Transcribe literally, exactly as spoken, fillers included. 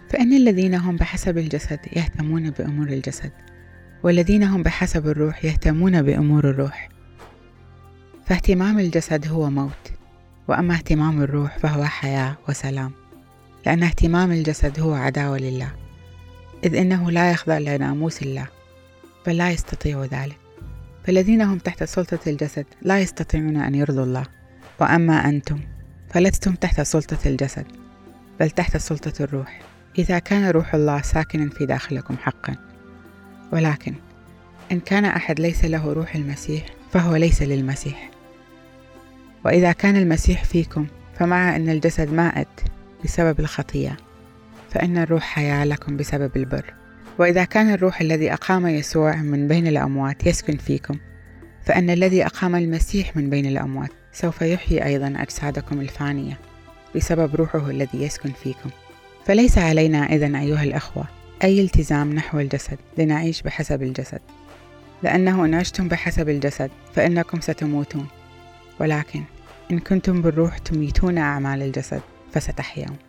فإن الذين هم بحسب الجسد يهتمون بأمور الجسد، والذين هم بحسب الروح يهتمون بأمور الروح. فاهتمام الجسد هو موت، وأما اهتمام الروح فهو حياة وسلام، لأن اهتمام الجسد هو عداوة لله، إذ إنه لا يخضع لناموس الله، بل لا يستطيع ذلك. فالذين هم تحت سلطة الجسد لا يستطيعون أن يرضوا الله، وأما أنتم فلستم تحت سلطة الجسد، بل تحت سلطة الروح، إذا كان روح الله ساكنا في داخلكم حقا. ولكن إن كان أحد ليس له روح المسيح فهو ليس للمسيح. وإذا كان المسيح فيكم فمع أن الجسد مائت بسبب الخطية، فإن الروح حياة لكم بسبب البر. وإذا كان الروح الذي أقام يسوع من بين الأموات يسكن فيكم، فإن الذي أقام المسيح من بين الأموات سوف يحيي أيضا أجسادكم الفانية بسبب روحه الذي يسكن فيكم. فليس علينا إذن أيها الأخوة أي التزام نحو الجسد لنعيش بحسب الجسد، لأنه إن عشتم بحسب الجسد فإنكم ستموتون، ولكن إن كنتم بالروح تميتون أعمال الجسد فستحيون.